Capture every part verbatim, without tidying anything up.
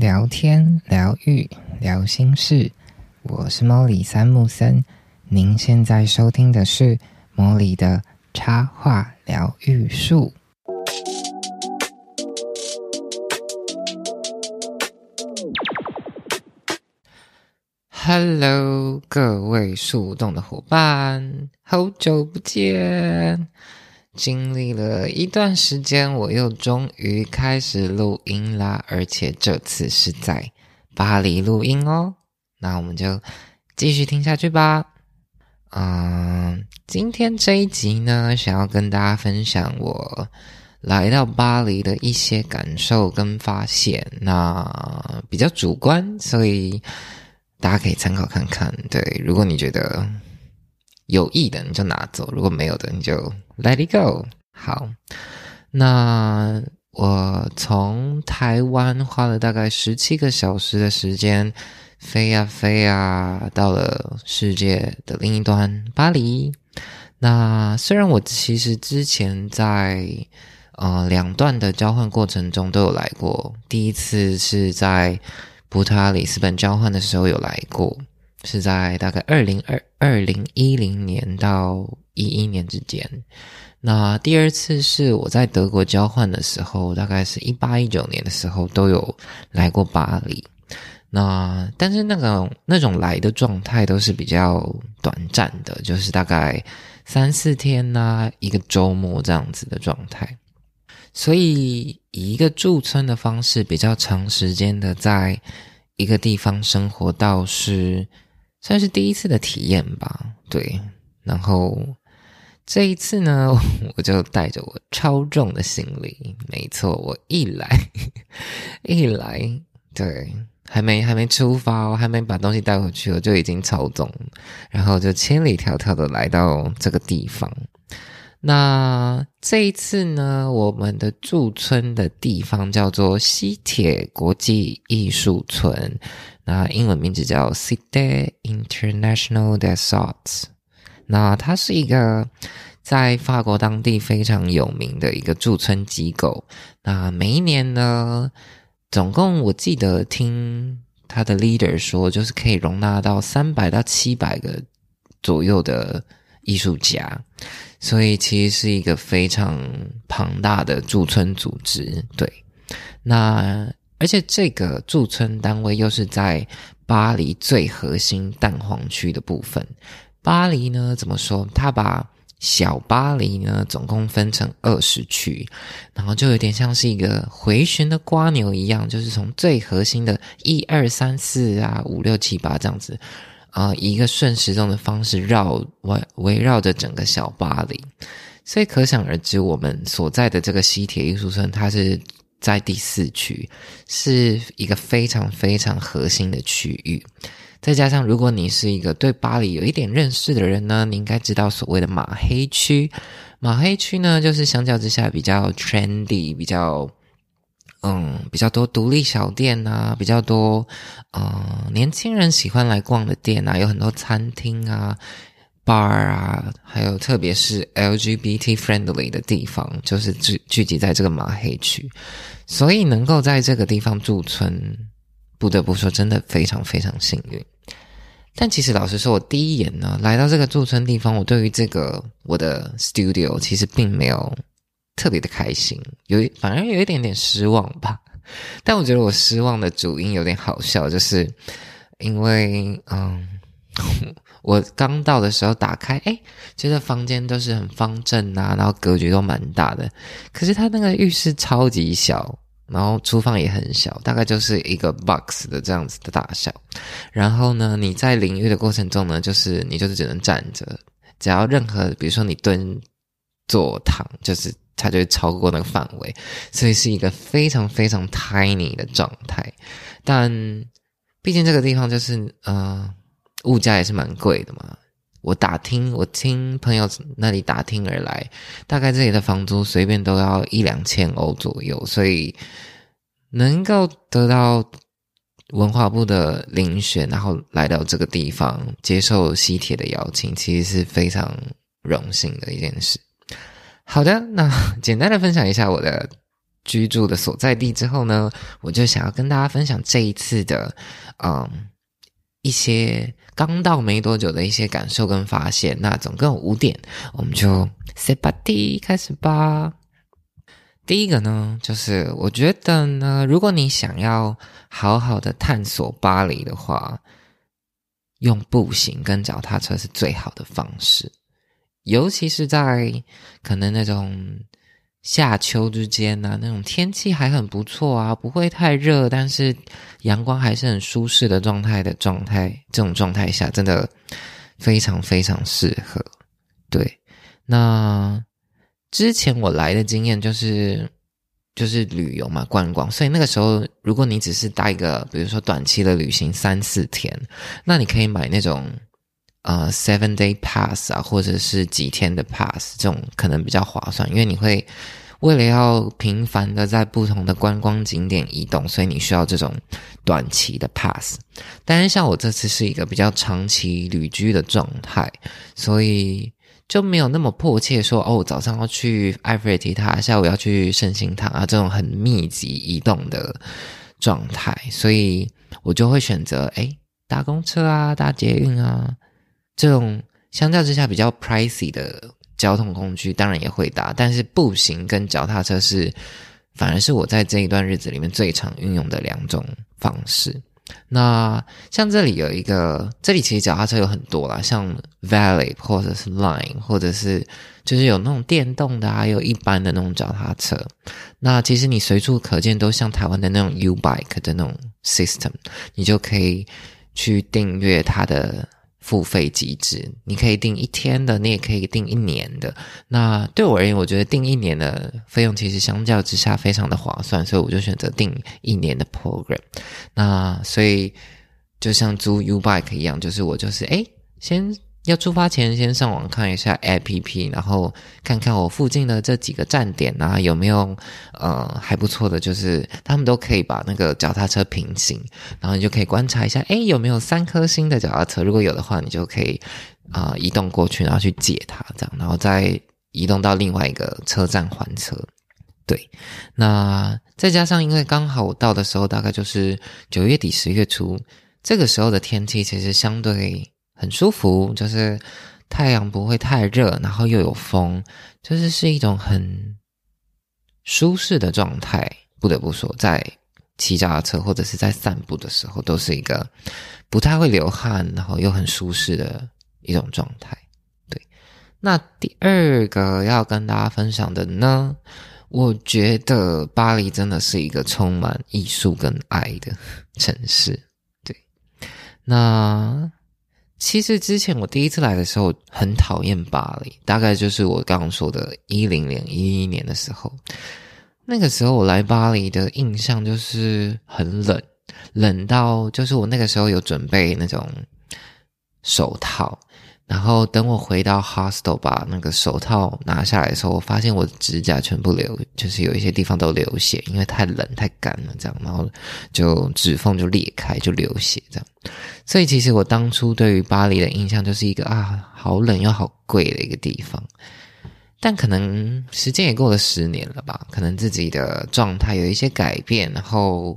聊天、疗愈、聊心事，我是莫里三木森。您现在收听的是莫里的插画疗愈术。Hello， 各位树洞的伙伴，好久不见！经历了一段时间，我又终于开始录音啦，而且这次是在巴黎录音哦。那我们就继续听下去吧。嗯，今天这一集呢，想要跟大家分享我来到巴黎的一些感受跟发现，那比较主观，所以大家可以参考看看。对，如果你觉得有益的你就拿走，如果没有的你就 let it go。 好，那我从台湾花了大概十七个小时的时间飞啊飞啊，到了世界的另一端巴黎。那虽然我其实之前在呃两段的交换过程中都有来过，第一次是在葡萄牙里斯本交换的时候有来过，是在大概二零一零年到一一年之间。那第二次是我在德国交换的时候，大概是一八一九年的时候都有来过巴黎。那但是那个那种来的状态都是比较短暂的，就是大概三四天啊，一个周末这样子的状态。所以以一个驻村的方式比较长时间的在一个地方生活，倒是算是第一次的体验吧。对，然后这一次呢，我就带着我超重的行李，没错，我一来一来对还没还没出发，我还没把东西带回去，我就已经超重，然后就千里迢迢的来到这个地方。那这一次呢，我们的驻村的地方叫做西铁国际艺术村，那英文名字叫 Cité International des Arts。 那它是一个在法国当地非常有名的一个驻村机构。那每一年呢，总共我记得听他的 leader 说，就是可以容纳到三百到七百个左右的艺术家，所以其实是一个非常庞大的驻村组织。对，那而且这个驻村单位又是在巴黎最核心蛋黄区的部分。巴黎呢，怎么说，它把小巴黎呢总共分成二十区，然后就有点像是一个回旋的蝸牛一样，就是从最核心的一二三四啊五六七八这样子呃，以一个顺时钟的方式绕围围绕着整个小巴黎。所以可想而知，我们所在的这个西铁艺术村，它是在第四区，是一个非常非常核心的区域。再加上如果你是一个对巴黎有一点认识的人呢，你应该知道所谓的马黑区。马黑区呢，就是相较之下比较 trendy， 比较嗯，比较多独立小店啊，比较多呃年轻人喜欢来逛的店啊，有很多餐厅啊 bar 啊，还有特别是 L G B T friendly 的地方，就是聚聚集在这个马黑区。所以能够在这个地方驻村，不得不说真的非常非常幸运。但其实老实说，我第一眼呢来到这个驻村地方，我对于这个我的 studio 其实并没有特别的开心，有反而有一点点失望吧。但我觉得我失望的主因有点好笑，就是因为嗯，我刚到的时候打开，诶觉得房间都是很方正啊，然后格局都蛮大的，可是它那个浴室超级小，然后厨房也很小，大概就是一个 box 的这样子的大小。然后呢，你在淋浴的过程中呢，就是你就是只能站着，只要任何比如说你蹲坐躺，就是它就会超过那个范围，所以是一个非常非常 tiny 的状态。但毕竟这个地方就是呃物价也是蛮贵的嘛。我打听我听朋友那里打听而来，大概这里的房租随便都要一两千欧左右，所以能够得到文化部的遴选，然后来到这个地方接受西铁的邀请，其实是非常荣幸的一件事。好的，那简单的分享一下我的居住的所在地之后呢，我就想要跟大家分享这一次的嗯一些刚到没多久的一些感受跟发现。那总共有五点，我们就塞巴蒂开始吧。第一个呢，就是我觉得呢，如果你想要好好的探索巴黎的话，用步行跟脚踏车是最好的方式，尤其是在可能那种夏秋之间啊，那种天气还很不错啊，不会太热，但是阳光还是很舒适的状态的状态，这种状态下真的非常非常适合。对，那之前我来的经验就是就是旅游嘛，观光，所以那个时候如果你只是带一个比如说短期的旅行三四天，那你可以买那种呃 seven day pass 啊，或者是几天的 pass， 这种可能比较划算，因为你会为了要频繁的在不同的观光景点移动，所以你需要这种短期的 pass。 但是像我这次是一个比较长期旅居的状态，所以就没有那么迫切说哦，早上要去埃菲尔铁塔，下午要去圣心堂啊，这种很密集移动的状态，所以我就会选择诶搭公车啊，搭捷运啊，这种相较之下比较 pricey 的交通工具当然也会搭，但是步行跟脚踏车是反而是我在这一段日子里面最常运用的两种方式。那像这里有一个，这里其实脚踏车有很多啦，像 Valet 或者是 Line， 或者是就是有那种电动的啊，有一般的那种脚踏车。那其实你随处可见都像台湾的那种 U-Bike 的那种 system， 你就可以去订阅它的付费机制，你可以订一天的，你也可以订一年的。那对我而言，我觉得订一年的费用其实相较之下非常的划算，所以我就选择订一年的 program。那所以就像租 U-Bike 一样，就是我就是诶先要出发前先上网看一下 A P P， 然后看看我附近的这几个站点啊有没有呃还不错的，就是他们都可以把那个脚踏车平行，然后你就可以观察一下诶有没有三颗星的脚踏车，如果有的话你就可以啊、呃、移动过去，然后去借它这样，然后再移动到另外一个车站还车。对，那再加上因为刚好我到的时候大概就是九月底十月初，这个时候的天气其实相对很舒服，就是太阳不会太热，然后又有风，就是是一种很舒适的状态。不得不说在骑脚踏车或者是在散步的时候都是一个不太会流汗，然后又很舒适的一种状态。对，那第二个要跟大家分享的呢，我觉得巴黎真的是一个充满艺术跟爱的城市。对，那其实之前我第一次来的时候很讨厌巴黎，大概就是我刚刚说的一零年一一年的时候，那个时候我来巴黎的印象就是很冷，冷到就是我那个时候有准备那种手套，然后等我回到 hostel 把那个手套拿下来的时候，我发现我的指甲全部流，就是有一些地方都流血，因为太冷太干了这样，然后就指缝就裂开就流血这样。所以其实我当初对于巴黎的印象就是一个啊好冷又好贵的一个地方。但可能时间也过了十年了吧，可能自己的状态有一些改变，然后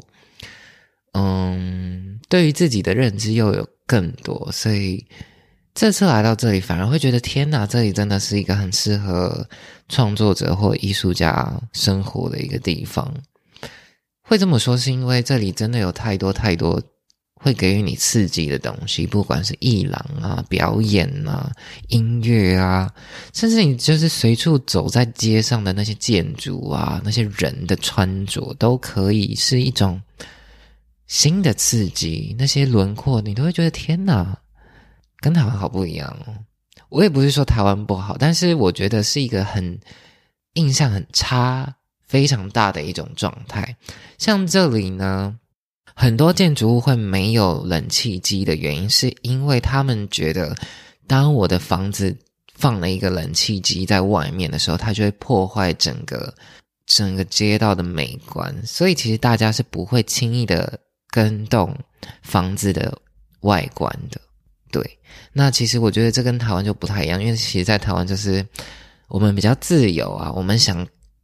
嗯，对于自己的认知又有更多，所以这次来到这里反而会觉得天哪，这里真的是一个很适合创作者或艺术家生活的一个地方。会这么说是因为这里真的有太多太多会给予你刺激的东西，不管是艺廊啊、表演啊、音乐啊，甚至你就是随处走在街上的那些建筑啊、那些人的穿着都可以是一种新的刺激，那些轮廓你都会觉得天哪，跟台湾好不一样哦。我也不是说台湾不好，但是我觉得是一个很印象很差非常大的一种状态。像这里呢，很多建筑物会没有冷气机的原因是因为他们觉得当我的房子放了一个冷气机在外面的时候，它就会破坏整个整个街道的美观，所以其实大家是不会轻易的更动房子的外观的。对，那其实我觉得这跟台湾就不太一样，因为其实在台湾就是我们比较自由啊，我们想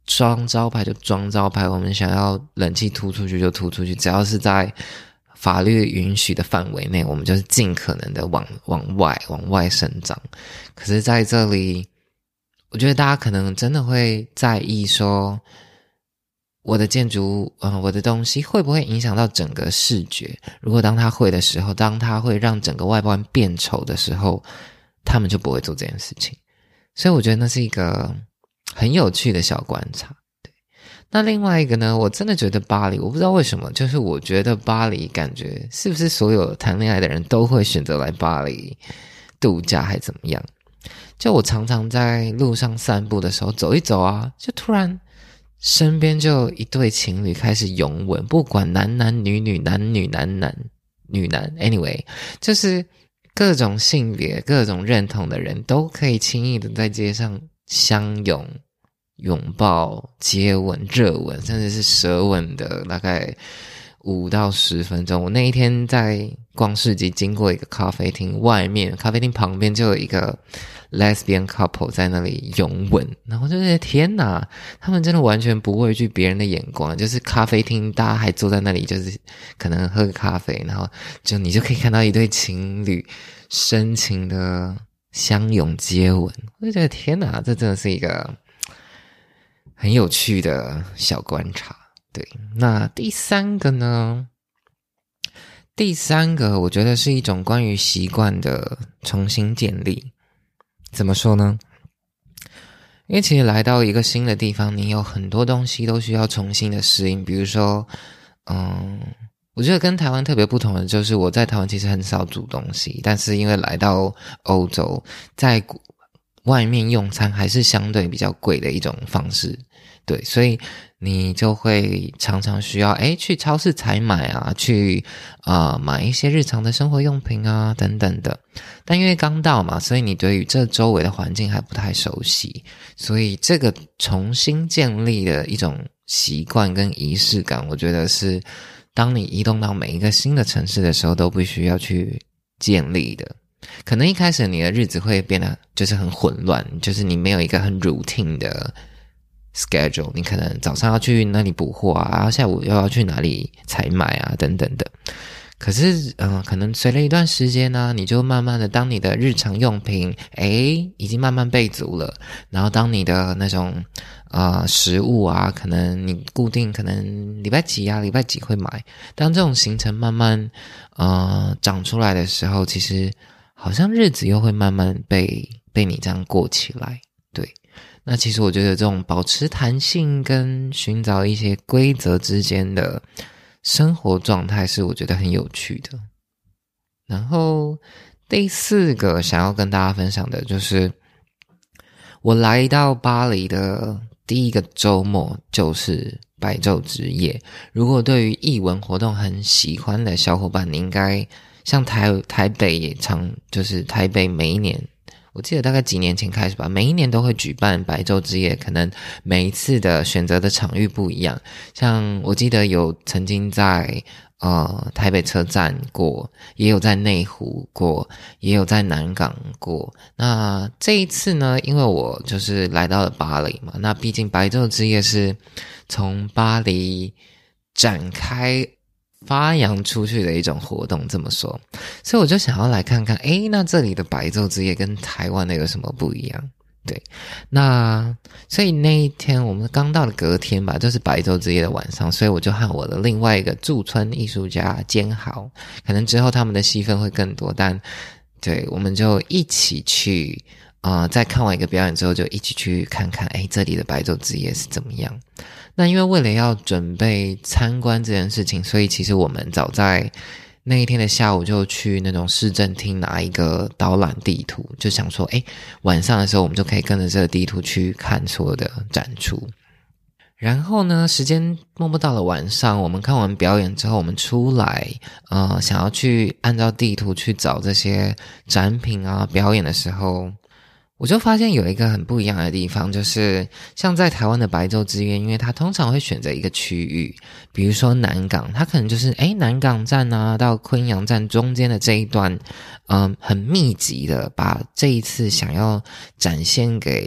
装招牌就装招牌，我们想要冷气突出去就突出去，只要是在法律允许的范围内，我们就是尽可能的往往外往外生长。可是在这里，我觉得大家可能真的会在意说，我的建筑呃，我的东西会不会影响到整个视觉？如果当它会的时候，当它会让整个外观变丑的时候，他们就不会做这件事情。所以我觉得那是一个很有趣的小观察。对，那另外一个呢，我真的觉得巴黎，我不知道为什么，就是我觉得巴黎感觉是不是所有谈恋爱的人都会选择来巴黎度假还怎么样？就我常常在路上散步的时候走一走啊，就突然身边就有一对情侣开始拥吻，不管男男女女男女男男女男 anyway， 就是各种性别各种认同的人都可以轻易的在街上相拥拥抱接吻热吻甚至是舌吻的大概五到十分钟。我那一天在逛市集经过一个咖啡厅，外面咖啡厅旁边就有一个 lesbian couple 在那里拥吻，然后就觉得天哪，他们真的完全不畏惧别人的眼光，就是咖啡厅大家还坐在那里，就是可能喝个咖啡，然后就你就可以看到一对情侣深情的相拥接吻，我就觉得天哪，这真的是一个很有趣的小观察。对，那第三个呢？第三个我觉得是一种关于习惯的重新建立。怎么说呢？因为其实来到一个新的地方，你有很多东西都需要重新的适应。比如说，嗯，我觉得跟台湾特别不同的就是我在台湾其实很少煮东西，但是因为来到欧洲，在外面用餐还是相对比较贵的一种方式。对，所以你就会常常需要诶去超市采买啊，去啊、呃、买一些日常的生活用品啊等等的。但因为刚到嘛，所以你对于这周围的环境还不太熟悉，所以这个重新建立的一种习惯跟仪式感，我觉得是当你移动到每一个新的城市的时候都必须要去建立的。可能一开始你的日子会变得就是很混乱，就是你没有一个很 routine 的schedule， 你可能早上要去那里补货啊，然后下午又要去哪里采买啊等等的。可是嗯、呃，可能随了一段时间呢、啊，你就慢慢的当你的日常用品诶已经慢慢备足了，然后当你的那种呃食物啊，可能你固定可能礼拜几啊礼拜几会买，当这种行程慢慢呃长出来的时候，其实好像日子又会慢慢被被你这样过起来。对，那其实我觉得这种保持弹性跟寻找一些规则之间的生活状态是我觉得很有趣的。然后第四个想要跟大家分享的就是我来到巴黎的第一个周末就是白昼之夜。如果对于艺文活动很喜欢的小伙伴，你应该像台台北也常就是台北每一年，我记得大概几年前开始吧，每一年都会举办白昼之夜，可能每一次的选择的场域不一样。像我记得有曾经在呃台北车站过，也有在内湖过，也有在南港过。那这一次呢，因为我就是来到了巴黎嘛，那毕竟白昼之夜是从巴黎展开发扬出去的一种活动，这么说，所以我就想要来看看，诶，那这里的白昼之夜跟台湾的有什么不一样？对，那所以那一天我们刚到的隔天吧，就是白昼之夜的晚上，所以我就和我的另外一个驻村艺术家坚豪，可能之后他们的戏份会更多，但对，我们就一起去呃，在看完一个表演之后就一起去看看，诶，这里的白昼之夜是怎么样。那因为为了要准备参观这件事情，所以其实我们早在那一天的下午就去那种市政厅拿一个导览地图，就想说诶，晚上的时候我们就可以跟着这个地图去看所有的展出。然后呢，时间默默到了晚上，我们看完表演之后，我们出来呃，想要去按照地图去找这些展品啊表演的时候，我就发现有一个很不一样的地方，就是像在台湾的白昼之夜，因为它通常会选择一个区域，比如说南港，它可能就是诶南港站啊到昆阳站中间的这一段嗯、呃，很密集的把这一次想要展现给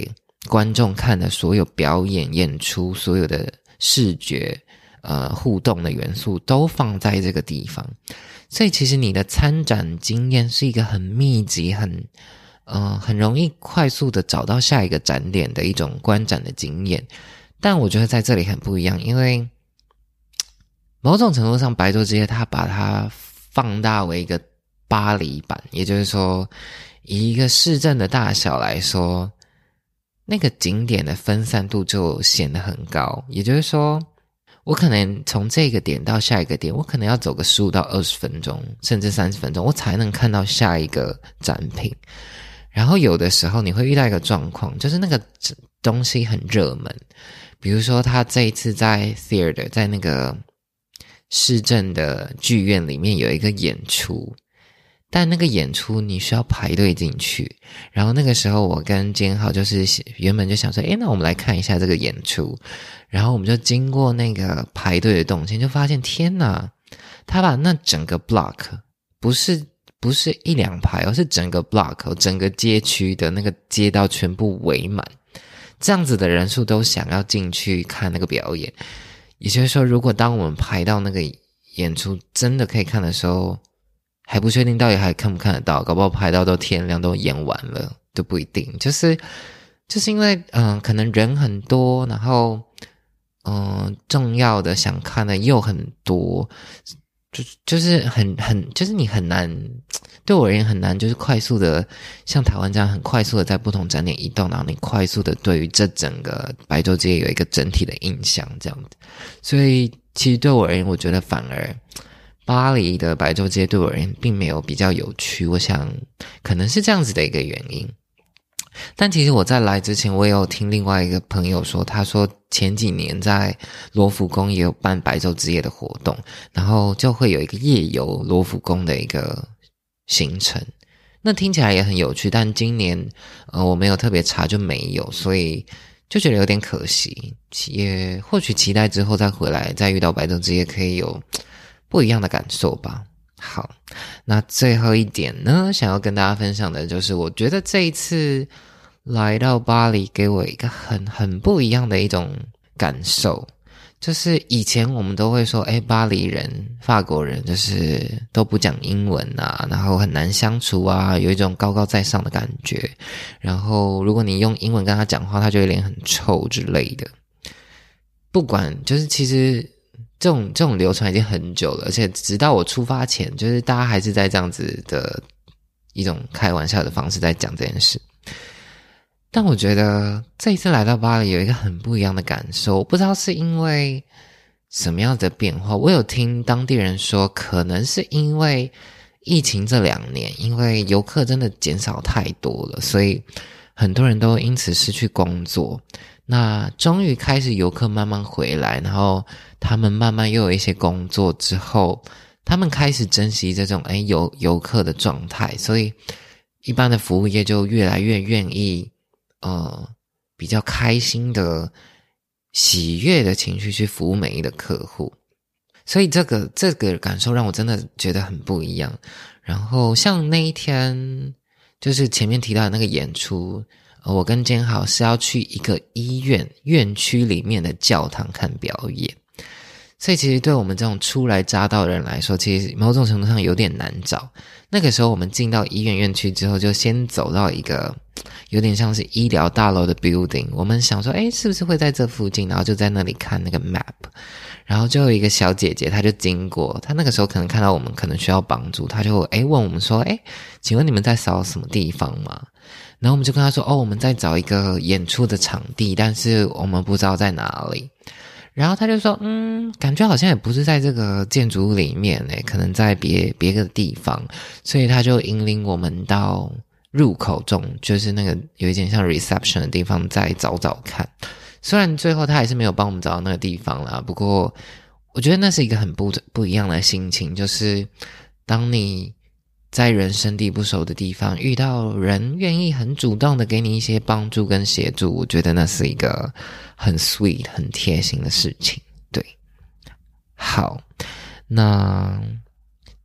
观众看的所有表演演出，所有的视觉呃互动的元素都放在这个地方，所以其实你的参展经验是一个很密集很呃很容易快速的找到下一个展点的一种观展的经验。但我觉得在这里很不一样，因为某种程度上白昼之夜它把它放大为一个巴黎版，也就是说以一个市镇的大小来说，那个景点的分散度就显得很高。也就是说我可能从这个点到下一个点，我可能要走个十五到二十分钟甚至三十分钟，我才能看到下一个展品。然后有的时候你会遇到一个状况，就是那个东西很热门，比如说他这一次在 theater 在那个市政的剧院里面有一个演出，但那个演出你需要排队进去，然后那个时候我跟坚浩就是原本就想说，诶，那我们来看一下这个演出，然后我们就经过那个排队的动线，就发现天哪，他把那整个 block 不是不是一两排哦，是整个 block 整个街区的那个街道全部围满，这样子的人数都想要进去看那个表演。也就是说，如果当我们排到那个演出真的可以看的时候，还不确定到底还看不看得到，搞不好排到都天亮都演完了都不一定。就是就是因为嗯、呃，可能人很多，然后嗯、呃，重要的想看的又很多，就就是很很就是你很难，对我而言很难，就是快速的像台湾这样很快速的在不同展点移动，然后你快速的对于这整个白昼之夜有一个整体的印象这样子。所以其实对我而言，我觉得反而巴黎的白昼之夜对我而言并没有比较有趣，我想可能是这样子的一个原因。但其实我在来之前，我也有听另外一个朋友说，他说前几年在罗浮宫也有办白昼之夜的活动，然后就会有一个夜游罗浮宫的一个行程，那听起来也很有趣，但今年呃我没有特别查就没有，所以就觉得有点可惜，也或许期待之后再回来再遇到白昼之夜可以有不一样的感受吧。好，那最后一点呢，想要跟大家分享的就是我觉得这一次来到巴黎给我一个很很不一样的一种感受，就是以前我们都会说诶巴黎人法国人就是都不讲英文啊，然后很难相处啊，有一种高高在上的感觉，然后如果你用英文跟他讲话，他就会脸很臭之类的。不管就是其实这种这种流传已经很久了，而且直到我出发前，就是大家还是在这样子的一种开玩笑的方式在讲这件事。但我觉得这一次来到巴黎有一个很不一样的感受，我不知道是因为什么样的变化。我有听当地人说，可能是因为疫情这两年，因为游客真的减少太多了，所以很多人都因此失去工作。那终于开始游客慢慢回来，然后他们慢慢又有一些工作之后，他们开始珍惜这种诶游游客的状态，所以一般的服务业就越来越愿意呃比较开心的喜悦的情绪去服务每一个客户。所以这个这个感受让我真的觉得很不一样。然后像那一天就是前面提到的那个演出，我跟坚豪是要去一个医院院区里面的教堂看表演，所以其实对我们这种初来乍到的人来说，其实某种程度上有点难找。那个时候我们进到医院院区之后，就先走到一个有点像是医疗大楼的 building， 我们想说诶是不是会在这附近，然后就在那里看那个 map， 然后就有一个小姐姐她就经过，她那个时候可能看到我们可能需要帮助，她就诶问我们说诶请问你们在找什么地方吗？然后我们就跟他说，哦，我们在找一个演出的场地，但是我们不知道在哪里。然后他就说，嗯，感觉好像也不是在这个建筑物里面诶，可能在别别个地方。所以他就引领我们到入口中，就是那个有一点像 reception 的地方，再找找看。虽然最后他还是没有帮我们找到那个地方啦，不过我觉得那是一个很不不一样的心情，就是当你在人生地不熟的地方遇到人愿意很主动的给你一些帮助跟协助，我觉得那是一个很 sweet 很贴心的事情。对，好，那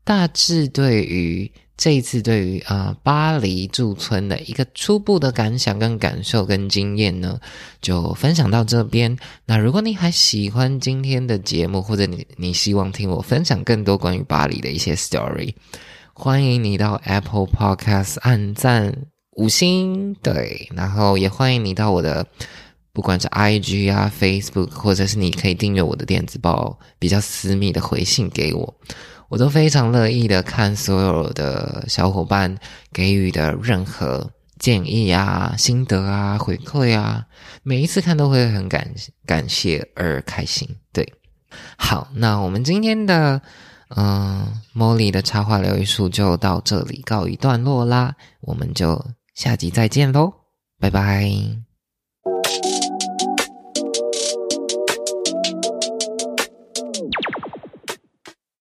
大致对于这一次对于呃巴黎驻村的一个初步的感想跟感受跟经验呢，就分享到这边。那如果你还喜欢今天的节目，或者你你希望听我分享更多关于巴黎的一些 story， 欢迎你到 Apple Podcast 按赞五星，对，然后也欢迎你到我的不管是 I G 啊 Facebook， 或者是你可以订阅我的电子报，比较私密的回信给我，我都非常乐意的看所有的小伙伴给予的任何建议啊、心得啊、回馈啊，每一次看都会很感感谢而开心。对，好，那我们今天的嗯 Molly 的插画疗愈术就到这里告一段落啦，我们就下集再见咯，拜拜。